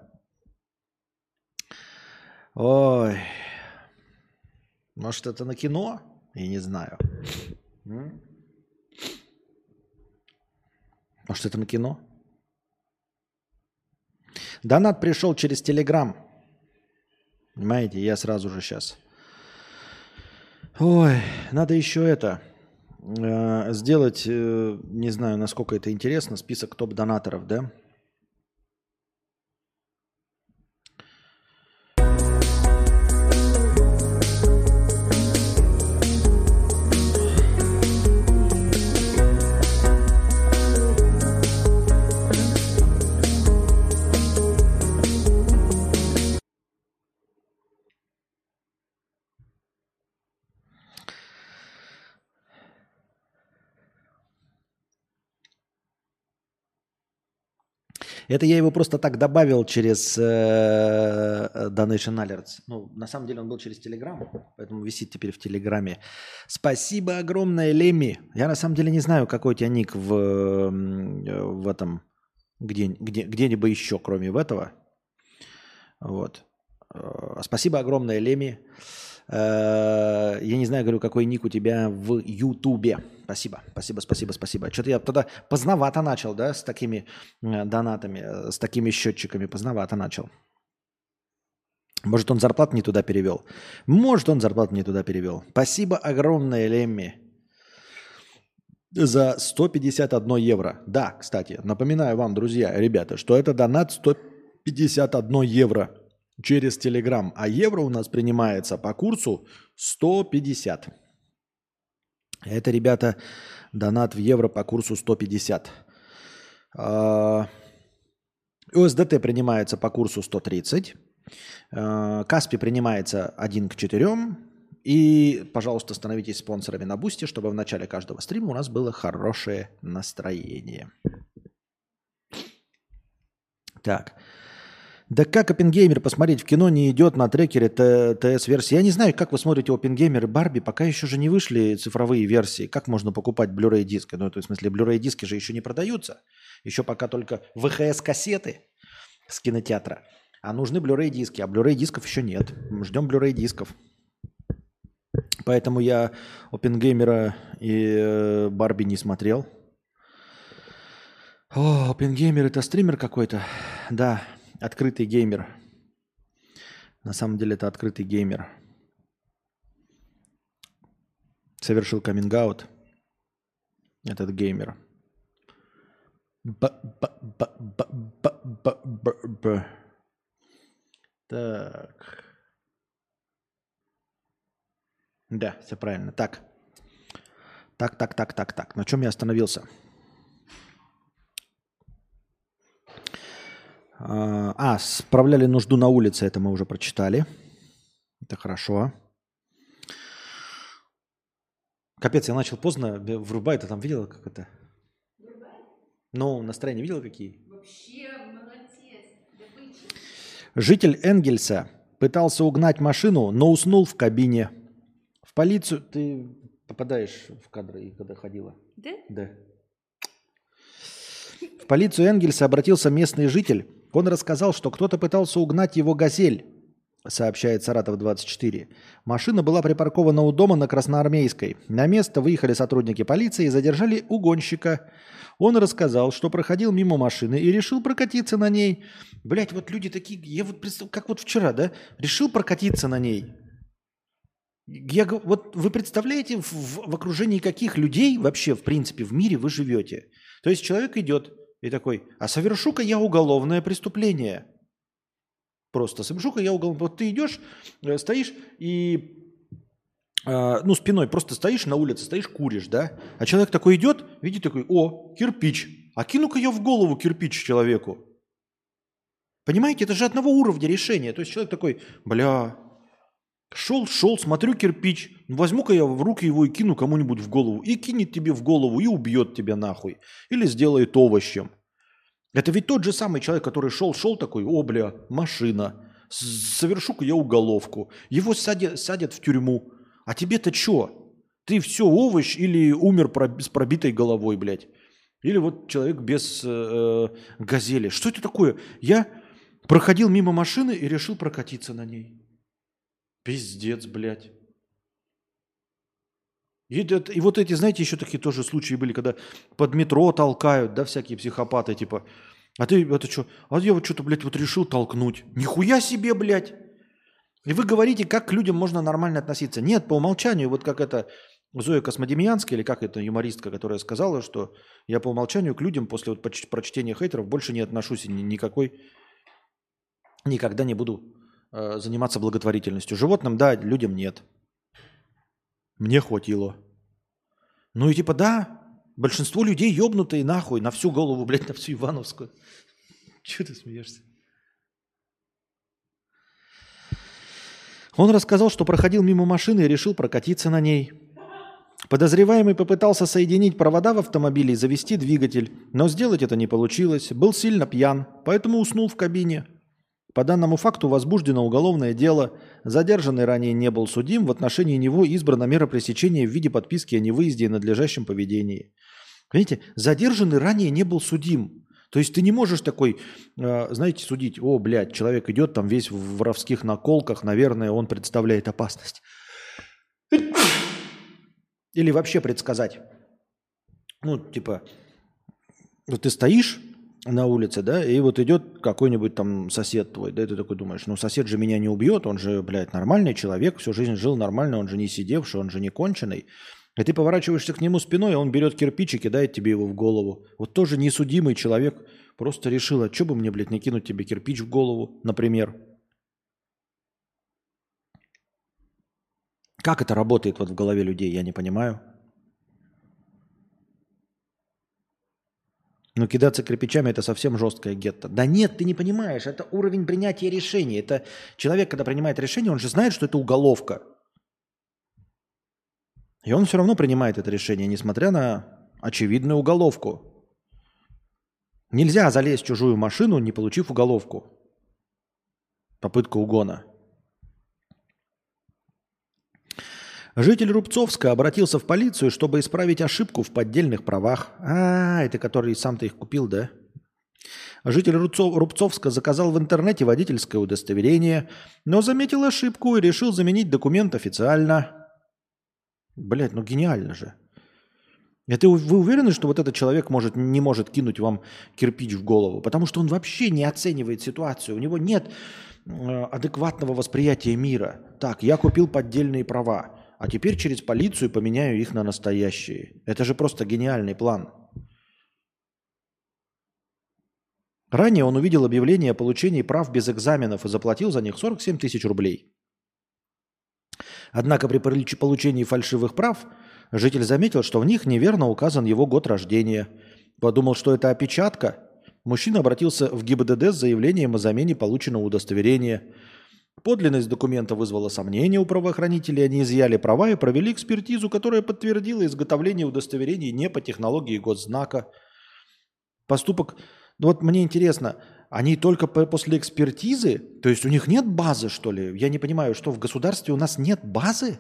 Ой. Может, это на кино? Я не знаю. Может, это на кино? Донат пришел через Телеграм. Понимаете, я сразу же сейчас. Ой, надо еще это сделать, не знаю, насколько это интересно, список топ-донаторов, да? Это я его просто так добавил через Donation Alerts. Ну, на самом деле он был через Telegram, поэтому висит теперь в Телеграме. Спасибо огромное, Лемми. Я на самом деле не знаю, какой у тебя ник в этом, где-нибудь еще, кроме этого. Вот. Спасибо огромное, Лемми. Я не знаю, говорю, какой ник у тебя в Ютубе. Спасибо. Что-то я тогда поздновато начал, да, с такими донатами, с такими счетчиками. Поздновато начал. Может, он зарплату не туда перевел. Спасибо огромное, Лемми, за 151 евро. Да, кстати, напоминаю вам, друзья, ребята, что это донат 151 евро через Telegram, а евро у нас принимается по курсу 150. Это, ребята, донат в евро по курсу 150. USDT принимается по курсу 130. Каспи принимается 1 к 4. И, пожалуйста, становитесь спонсорами на Бусти, чтобы в начале каждого стрима у нас было хорошее настроение. Так. Да как Оппенгеймер посмотреть? В кино не идет на трекере ТС-версии. Я не знаю, как вы смотрите Оппенгеймер и Барби. Пока еще же не вышли цифровые версии. Как можно покупать Blu-ray диски? Ну, то есть, в смысле, Blu-ray диски же еще не продаются. Еще пока только ВХС-кассеты с кинотеатра. А нужны Blu-ray диски. А Blu-ray дисков еще нет. Мы ждем Blu-ray дисков. Поэтому я Оппенгеймера и Барби не смотрел. О, Оппенгеймер это стример какой-то. Да. Открытый геймер. На самом деле это открытый геймер. Совершил каминг-аут. Этот геймер. Так. Да, все правильно. Так. На чем я остановился? Справляли нужду на улице, это мы уже прочитали. Это хорошо. Капец, я начал поздно врубать, ты там видела, как это? Ну, настроение видела какие? Вообще молодец. Житель Энгельса пытался угнать машину, но уснул в кабине. В полицию... Ты попадаешь в кадры, когда ходила? Да? Да. В полицию Энгельса обратился местный житель. Он рассказал, что кто-то пытался угнать его «Газель». сообщает Саратов-24. Машина была припаркована у дома на Красноармейской. На место выехали сотрудники полиции и задержали угонщика. Он рассказал, что проходил мимо машины и решил прокатиться на ней. Блять, вот люди такие, я вот представляю, как вот вчера, да, решил прокатиться на ней. Вот вы представляете, в окружении каких людей вообще, в принципе, в мире вы живете? То есть человек идет и такой, а совершу-ка я уголовное преступление. Просто совершу-ка я уголовное. Вот ты идешь, стоишь и, спиной просто стоишь на улице, стоишь, куришь, да? А человек такой идет, видит такой, о, кирпич. А кину-ка я в голову кирпич человеку. Понимаете, это же одного уровня решения. То есть человек такой, бля... Шел, смотрю кирпич, возьму-ка я в руки его и кину кому-нибудь в голову. И кинет тебе в голову, и убьет тебя нахуй. Или сделает овощем. Это ведь тот же самый человек, который шел такой, о, бля, машина. Совершу-ка я уголовку. Его садят в тюрьму. А тебе-то что? Ты все, овощ или умер с пробитой головой, блядь. Или вот человек без газели. Что это такое? Я проходил мимо машины и решил прокатиться на ней. Пиздец, блядь. И вот эти, знаете, еще такие тоже случаи были, когда под метро толкают, да, всякие психопаты, типа, а ты, это что? А я вот что-то, блядь, вот решил толкнуть. Нихуя себе, блядь. И вы говорите, как к людям можно нормально относиться. Нет, по умолчанию, вот как это Зоя Космодемьянская, или как это юмористка, которая сказала, что я по умолчанию к людям после вот прочтения хейтеров больше не отношусь никакой, никогда не буду заниматься благотворительностью. Животным да, людям нет. Мне хватило. Ну и типа да, большинство людей ебнутые нахуй, на всю голову, блядь, на всю Ивановскую. Чего ты смеешься? Он рассказал, что проходил мимо машины и решил прокатиться на ней. Подозреваемый попытался соединить провода в автомобиле и завести двигатель, но сделать это не получилось. Был сильно пьян, поэтому уснул в кабине. По данному факту возбуждено уголовное дело. Задержанный ранее не был судим. В отношении него избрана мера пресечения в виде подписки о невыезде и надлежащем поведении. Понимаете, задержанный ранее не был судим. То есть ты не можешь такой, знаете, судить, о, блядь, человек идет там весь в воровских наколках, наверное, он представляет опасность. Или вообще предсказать. Ну, типа, вот ты стоишь на улице, да, и вот идет какой-нибудь там сосед твой, да, и ты такой думаешь, ну сосед же меня не убьет, он же, блядь, нормальный человек, всю жизнь жил нормально, он же не сидевший, он же не конченый. И ты поворачиваешься к нему спиной, и он берет кирпич и кидает тебе его в голову. Вот тоже несудимый человек просто решил, а что бы мне, блядь, не кинуть тебе кирпич в голову, например. Как это работает вот в голове людей, я не понимаю. Но кидаться кирпичами – это совсем жесткое гетто. Да нет, ты не понимаешь, это уровень принятия решений. Это человек, когда принимает решение, он же знает, что это уголовка. И он все равно принимает это решение, несмотря на очевидную уголовку. Нельзя залезть в чужую машину, не получив уголовку. Попытка угона. Житель Рубцовска обратился в полицию, чтобы исправить ошибку в поддельных правах. Это который сам-то их купил, да? Житель Рубцовска заказал в интернете водительское удостоверение, но заметил ошибку и решил заменить документ официально. Блядь, ну гениально же. Это вы уверены, что вот этот человек не может кинуть вам кирпич в голову? Потому что он вообще не оценивает ситуацию. У него нет адекватного восприятия мира. Так, я купил поддельные права. А теперь через полицию поменяю их на настоящие. Это же просто гениальный план. Ранее он увидел объявление о получении прав без экзаменов и заплатил за них 47 тысяч рублей. Однако при получении фальшивых прав житель заметил, что в них неверно указан его год рождения. Подумал, что это опечатка. Мужчина обратился в ГИБДД с заявлением о замене полученного удостоверения. Подлинность документа вызвала сомнения у правоохранителей. Они изъяли права и провели экспертизу, которая подтвердила изготовление удостоверений не по технологии госзнака. Поступок... Вот мне интересно, они только после экспертизы? То есть у них нет базы, что ли? Я не понимаю, что в государстве у нас нет базы?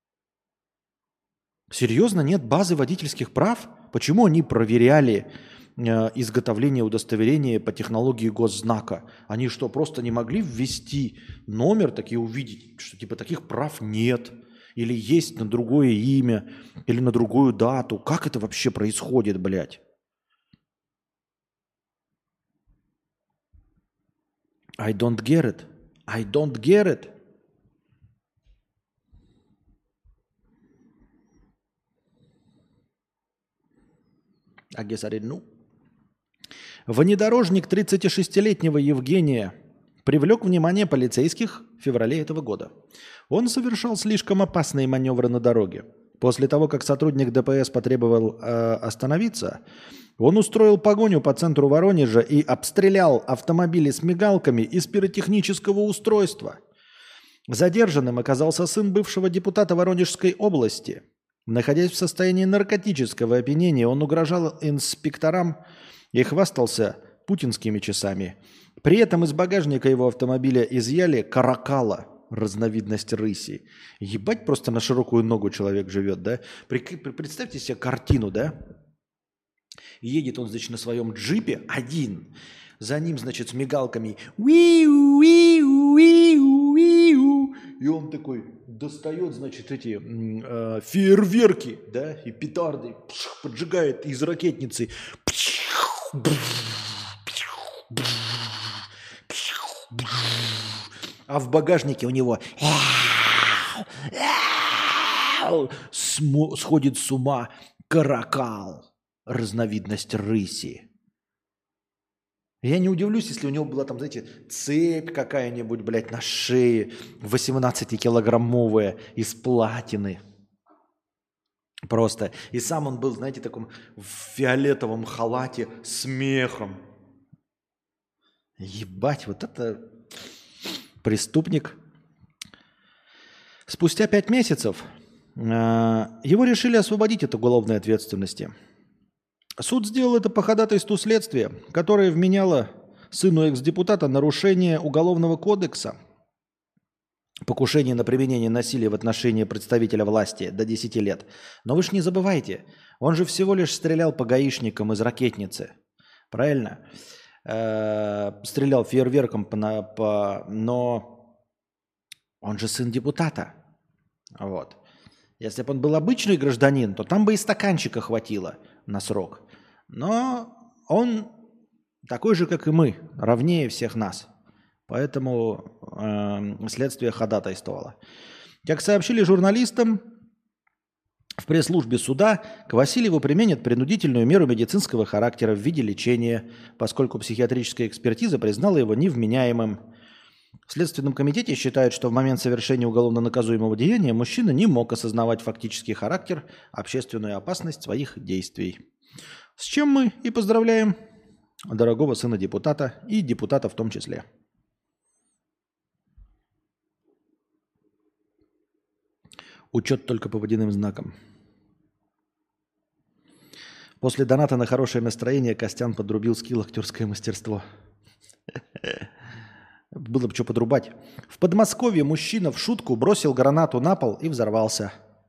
Серьезно, нет базы водительских прав? Почему они проверяли изготовления удостоверения по технологии госзнака. Они что, просто не могли ввести номер, такие увидеть, что типа таких прав нет, или есть на другое имя, или на другую дату? Как это вообще происходит, блядь? I don't get it. I don't get it. I guess I didn't know. Внедорожник 36-летнего Евгения привлек внимание полицейских в феврале этого года. Он совершал слишком опасные маневры на дороге. После того, как сотрудник ДПС потребовал остановиться, он устроил погоню по центру Воронежа и обстрелял автомобили с мигалками из пиротехнического устройства. Задержанным оказался сын бывшего депутата Воронежской области. Находясь в состоянии наркотического опьянения, он угрожал инспекторам и хвастался путинскими часами. При этом из багажника его автомобиля изъяли каракала, разновидность рыси. Ебать, просто на широкую ногу человек живет, да? Представьте себе картину, да? Едет он, значит, на своем джипе один. За ним, значит, с мигалками. И он такой достает, значит, эти фейерверки, да, и петарды, поджигает из ракетницы. А в багажнике у него сходит с ума каракал, разновидность рыси. Я не удивлюсь, если у него была там, знаете, цепь какая-нибудь, блядь, на шее 18-килограммовая из платины. Просто. И сам он был, знаете, таком в фиолетовом халате с мехом. Ебать, вот это преступник. Спустя 5 месяцев его решили освободить от уголовной ответственности. Суд сделал это по ходатайству следствия, которое вменяло сыну экс-депутата нарушение Уголовного кодекса, покушение на применение насилия в отношении представителя власти до 10 лет. Но вы же не забывайте, он же всего лишь стрелял по гаишникам из ракетницы. Правильно? Стрелял фейерверком, но он же сын депутата. Вот. Если бы он был обычный гражданин, то там бы и стаканчика хватило на срок. Но он такой же, как и мы, равнее всех нас. Поэтому следствие ходатайствовало. Как сообщили журналистам, в пресс-службе суда к Васильеву применят принудительную меру медицинского характера в виде лечения, поскольку психиатрическая экспертиза признала его невменяемым. В Следственном комитете считают, что в момент совершения уголовно наказуемого деяния мужчина не мог осознавать фактический характер, общественную опасность своих действий. С чем мы и поздравляем дорогого сына депутата и депутата в том числе. Учет только по водяным знакам. После доната на хорошее настроение Костян подрубил скилл актерское мастерство. Было бы что подрубать. В Подмосковье мужчина в шутку бросил гранату на пол и взорвался.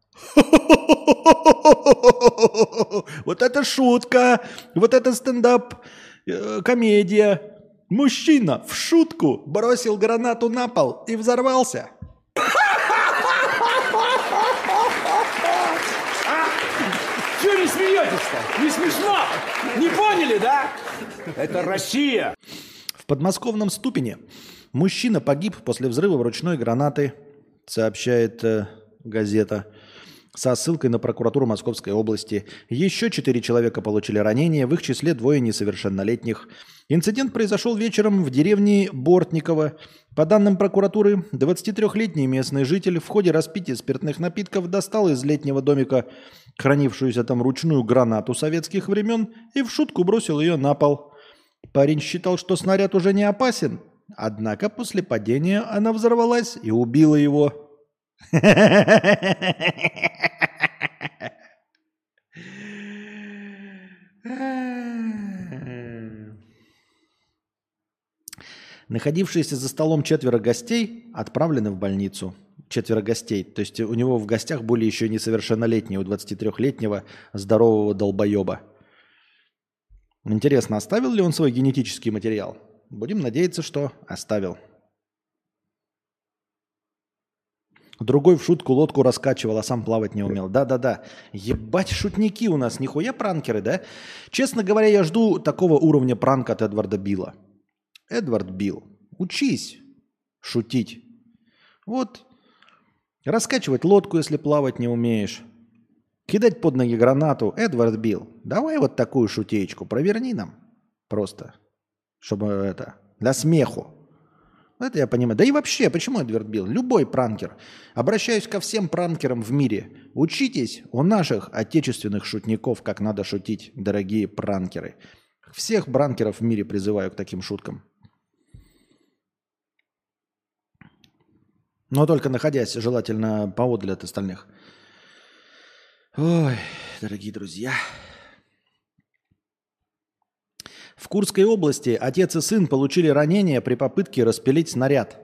Вот это шутка! Вот это стендап, комедия. Мужчина в шутку бросил гранату на пол и взорвался. Чего не смеетесь-то? Не смешно? Не поняли, да? Это Россия. В подмосковном Ступине мужчина погиб после взрыва ручной гранаты, сообщает газета, со ссылкой на прокуратуру Московской области. Еще 4 человека получили ранения, в их числе 2 несовершеннолетних. Инцидент произошел вечером в деревне Бортниково. По данным прокуратуры, 23-летний местный житель в ходе распития спиртных напитков достал из летнего домика хранившуюся там ручную гранату советских времен и в шутку бросил ее на пол. Парень считал, что снаряд уже не опасен, однако после падения она взорвалась и убила его. Находившиеся за столом 4 гостей отправлены в больницу. 4 гостей. То есть у него в гостях были еще несовершеннолетние, у 23-летнего здорового долбоеба. Интересно, оставил ли он свой генетический материал? Будем надеяться, что оставил. Другой в шутку лодку раскачивал, а сам плавать не умел. Да-да-да. Ебать, шутники у нас, нихуя пранкеры, да? Честно говоря, я жду такого уровня пранка от Эдварда Билла. Эдвард Билл, учись шутить. Вот, раскачивать лодку, если плавать не умеешь. Кидать под ноги гранату. Эдвард Билл, давай вот такую шутеечку, проверни нам. Просто, чтобы это, для смеху. Это я понимаю. Да и вообще, почему Эдвард Билл? Любой пранкер. Обращаюсь ко всем пранкерам в мире. Учитесь у наших отечественных шутников, как надо шутить, дорогие пранкеры. Всех пранкеров в мире призываю к таким шуткам. Но только находясь, желательно поодаль от остальных. Ой, дорогие друзья. В Курской области отец и сын получили ранения при попытке распилить снаряд.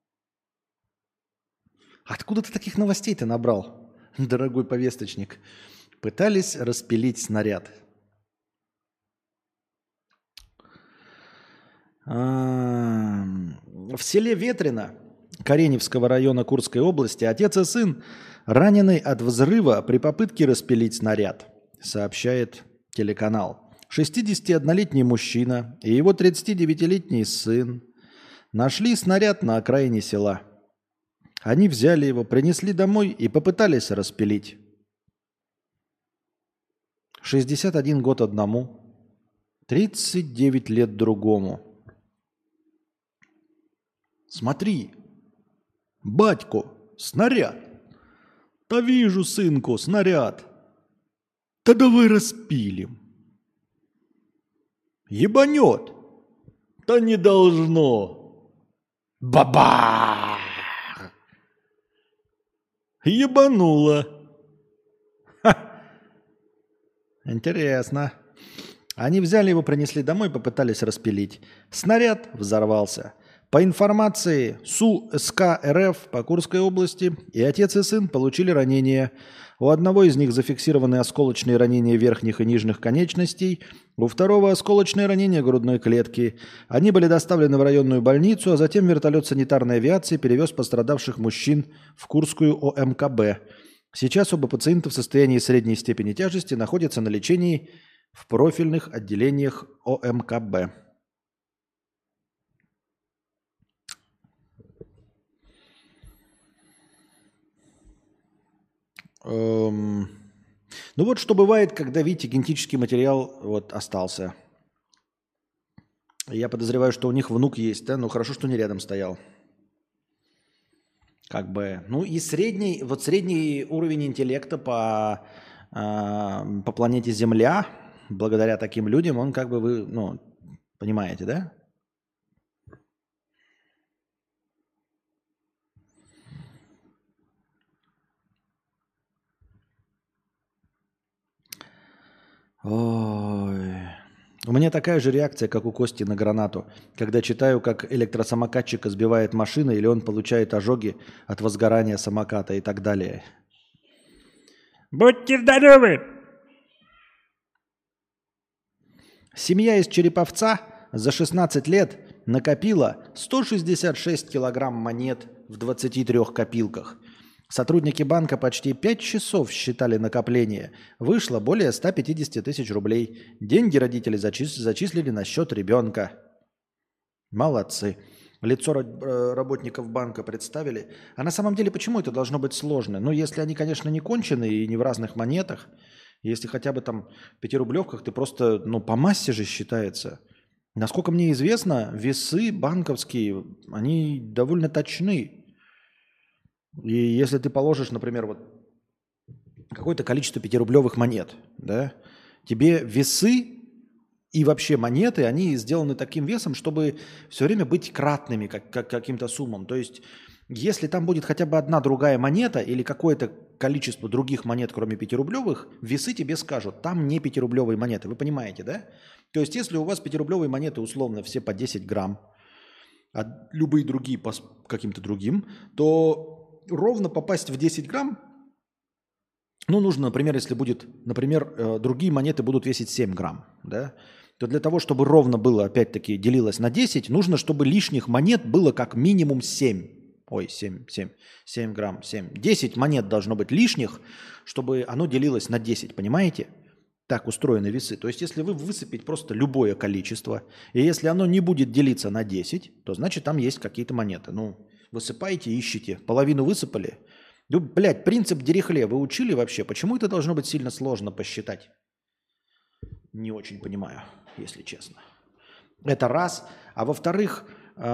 Откуда ты таких новостей-то набрал, дорогой повесточник? Пытались распилить снаряд. В селе Ветрино Кареневского района Курской области отец и сын ранены от взрыва при попытке распилить снаряд, сообщает телеканал. 61-летний мужчина и его 39-летний сын нашли снаряд на окраине села. Они взяли его, принесли домой и попытались распилить. 61 год одному, 39 лет другому. Смотри, батько, снаряд. Да вижу, сынку, снаряд. Да давай распилим. Ебанет. Да не должно. Баба! Ебануло. Ха. Интересно. Они взяли его, принесли домой, попытались распилить. Снаряд взорвался. По информации СУ СК РФ по Курской области и отец и сын получили ранения. У одного из них зафиксированы осколочные ранения верхних и нижних конечностей, у второго осколочное ранение грудной клетки. Они были доставлены в районную больницу, а затем вертолет санитарной авиации перевез пострадавших мужчин в Курскую ОМКБ. Сейчас оба пациента в состоянии средней степени тяжести находятся на лечении в профильных отделениях ОМКБ. Ну вот что бывает, когда, видите, генетический материал вот остался. Я подозреваю, что у них внук есть, да? Ну хорошо, что не рядом стоял. Как бы, ну и средний уровень интеллекта по планете Земля, благодаря таким людям, он как бы вы, ну, понимаете, да? Ой. У меня такая же реакция, как у Кости на гранату, когда читаю, как электросамокатчика сбивает машина или он получает ожоги от возгорания самоката и так далее. Будьте здоровы! Семья из Череповца за 16 лет накопила 166 килограмм монет в 23 копилках. Сотрудники банка почти 5 часов считали накопление. Вышло более 150 тысяч рублей. Деньги родители зачислили на счет ребенка. Молодцы. Лицо работников банка представили. А на самом деле, почему это должно быть сложно? Ну, если они, конечно, не конченые и не в разных монетах, если хотя бы там в 5-рублевках, ты просто, ну, по массе же считается. Насколько мне известно, весы банковские, они довольно точны. И если ты положишь, например, вот какое-то количество 5-рублевых монет, да, тебе весы и вообще монеты, они сделаны таким весом, чтобы все время быть кратными как каким-то суммам. То есть, если там будет хотя бы одна другая монета или какое-то количество других монет, кроме 5-рублевых, весы тебе скажут, там не 5-рублевые монеты. Вы понимаете, да? То есть, если у вас 5-рублевые монеты условно все по 10 грамм, а любые другие по каким-то другим, то ровно попасть в 10 грамм, ну, нужно, например, если будет, например, другие монеты будут весить 7 грамм, да, то для того, чтобы ровно было, опять-таки, делилось на 10, нужно, чтобы лишних монет было как минимум 7. Ой, 7 грамм, 7. 10 монет должно быть лишних, чтобы оно делилось на 10, понимаете? Так устроены весы. То есть, если вы высыпить просто любое количество, и если оно не будет делиться на 10, то значит там есть какие-то монеты. Ну, высыпаете, ищите. Половину высыпали. Ну, блядь, принцип Дирихле вы учили вообще? Почему это должно быть сильно сложно посчитать? Не очень понимаю, если честно. Это раз. А во-вторых,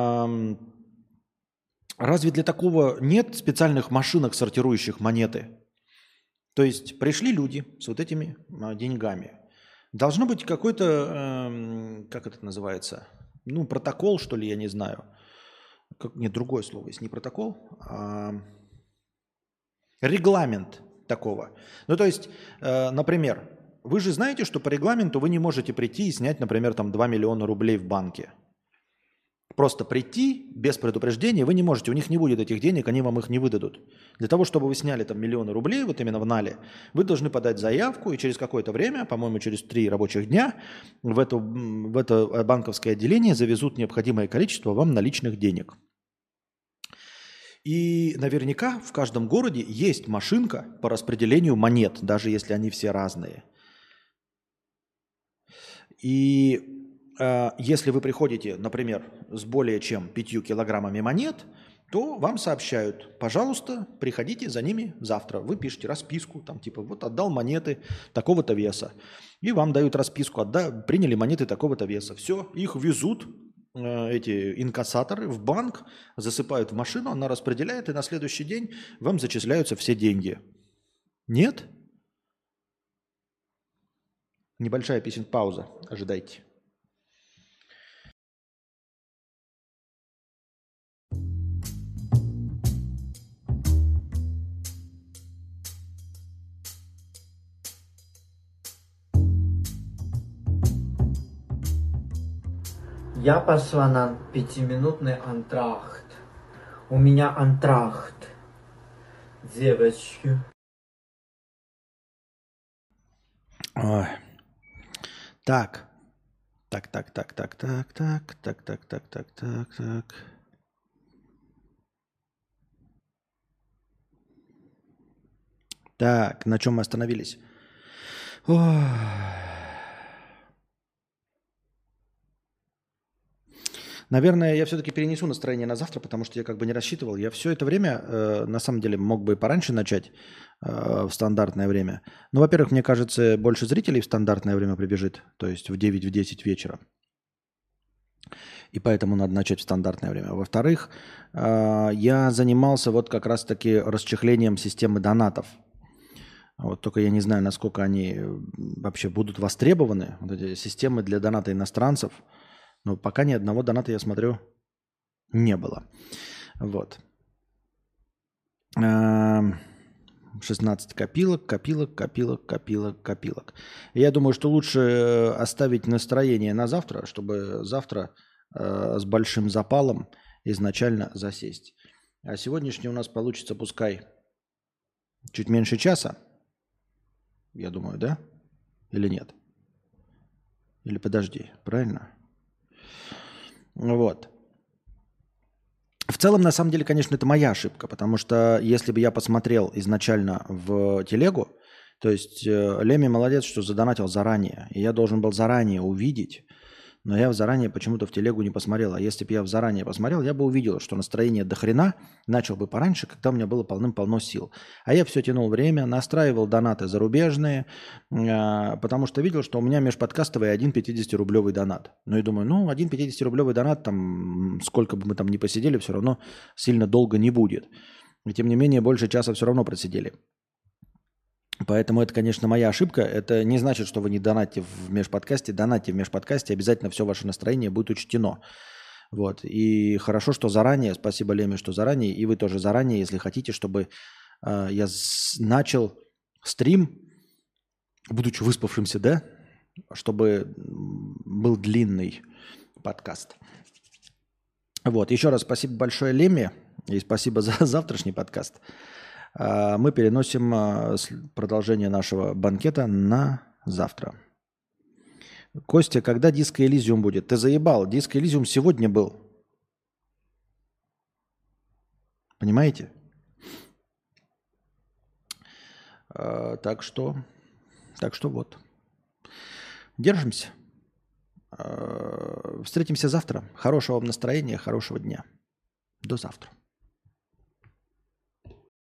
разве для такого нет специальных машинок, сортирующих монеты? То есть пришли люди с вот этими деньгами. Должно быть какой-то, как это называется, ну, протокол, что ли, я не знаю. Нет, другое слово есть, не протокол, а регламент такого. Ну, то есть, например, вы же знаете, что по регламенту вы не можете прийти и снять, например, там 2 миллиона рублей в банке. Просто прийти без предупреждения вы не можете. У них не будет этих денег, они вам их не выдадут. Для того, чтобы вы сняли там миллионы рублей, вот именно в нале, вы должны подать заявку, и через какое-то время, по-моему, через 3 рабочих дня, в это банковское отделение завезут необходимое количество вам наличных денег. И наверняка в каждом городе есть машинка по распределению монет, даже если они все разные. И если вы приходите, например, с более чем 5 килограммами монет, то вам сообщают: пожалуйста, приходите за ними завтра. Вы пишете расписку, там типа вот отдал монеты такого-то веса. И вам дают расписку: приняли монеты такого-то веса. Все, их везут, эти инкассаторы, в банк, засыпают в машину, она распределяет, и на следующий день вам зачисляются все деньги. Нет? Небольшая пауза. Ожидайте. Я пошла на 5-минутный антрахт. У меня антрахт. Девочки. Ой. Так. Так, на чем мы остановились? Ой. Наверное, я все-таки перенесу настроение на завтра, потому что я как бы не рассчитывал. Я все это время, на самом деле, мог бы и пораньше начать в стандартное время. Но, во-первых, мне кажется, больше зрителей в стандартное время прибежит, то есть в 9-10 вечера. И поэтому надо начать в стандартное время. Во-вторых, я занимался вот как раз-таки расчехлением системы донатов. Вот только я не знаю, насколько они вообще будут востребованы, вот эти системы для доната иностранцев. Но пока ни одного доната, я смотрю, не было. Вот. 16 копилок. И я думаю, что лучше оставить настроение на завтра, чтобы завтра с большим запалом изначально засесть. А сегодняшний у нас получится, пускай, чуть меньше часа. Я думаю, да? Или нет? Или подожди, правильно? Вот. В целом, на самом деле, конечно, это моя ошибка, потому что если бы я посмотрел изначально в телегу, то есть Леми молодец, что задонатил заранее, и я должен был заранее увидеть, но я заранее почему-то в телегу не посмотрел. А если бы я заранее посмотрел, я бы увидел, что настроение до хрена, начал бы пораньше, когда у меня было полным-полно сил. А я все тянул время, настраивал донаты зарубежные, потому что видел, что у меня межподкастовый 1 50-рублевый донат. Ну и думаю, 1 50-рублевый донат, там, сколько бы мы там ни посидели, все равно сильно долго не будет. И тем не менее, больше часа все равно просидели. Поэтому это, конечно, моя ошибка. Это не значит, что вы не донатите в межподкасте. Донатьте в межподкасте, обязательно все ваше настроение будет учтено. Вот. И хорошо, что заранее, спасибо, Леме, что заранее, и вы тоже заранее, если хотите, чтобы я начал стрим, будучи выспавшимся, да, чтобы был длинный подкаст. Вот. Еще раз спасибо большое, Леме, и спасибо за завтрашний подкаст. Мы переносим продолжение нашего банкета на завтра. Костя, когда Диско Элизиум будет? Ты заебал. Диско Элизиум сегодня был. Понимаете? Так что вот. Держимся. Встретимся завтра. Хорошего вам настроения, хорошего дня. До завтра.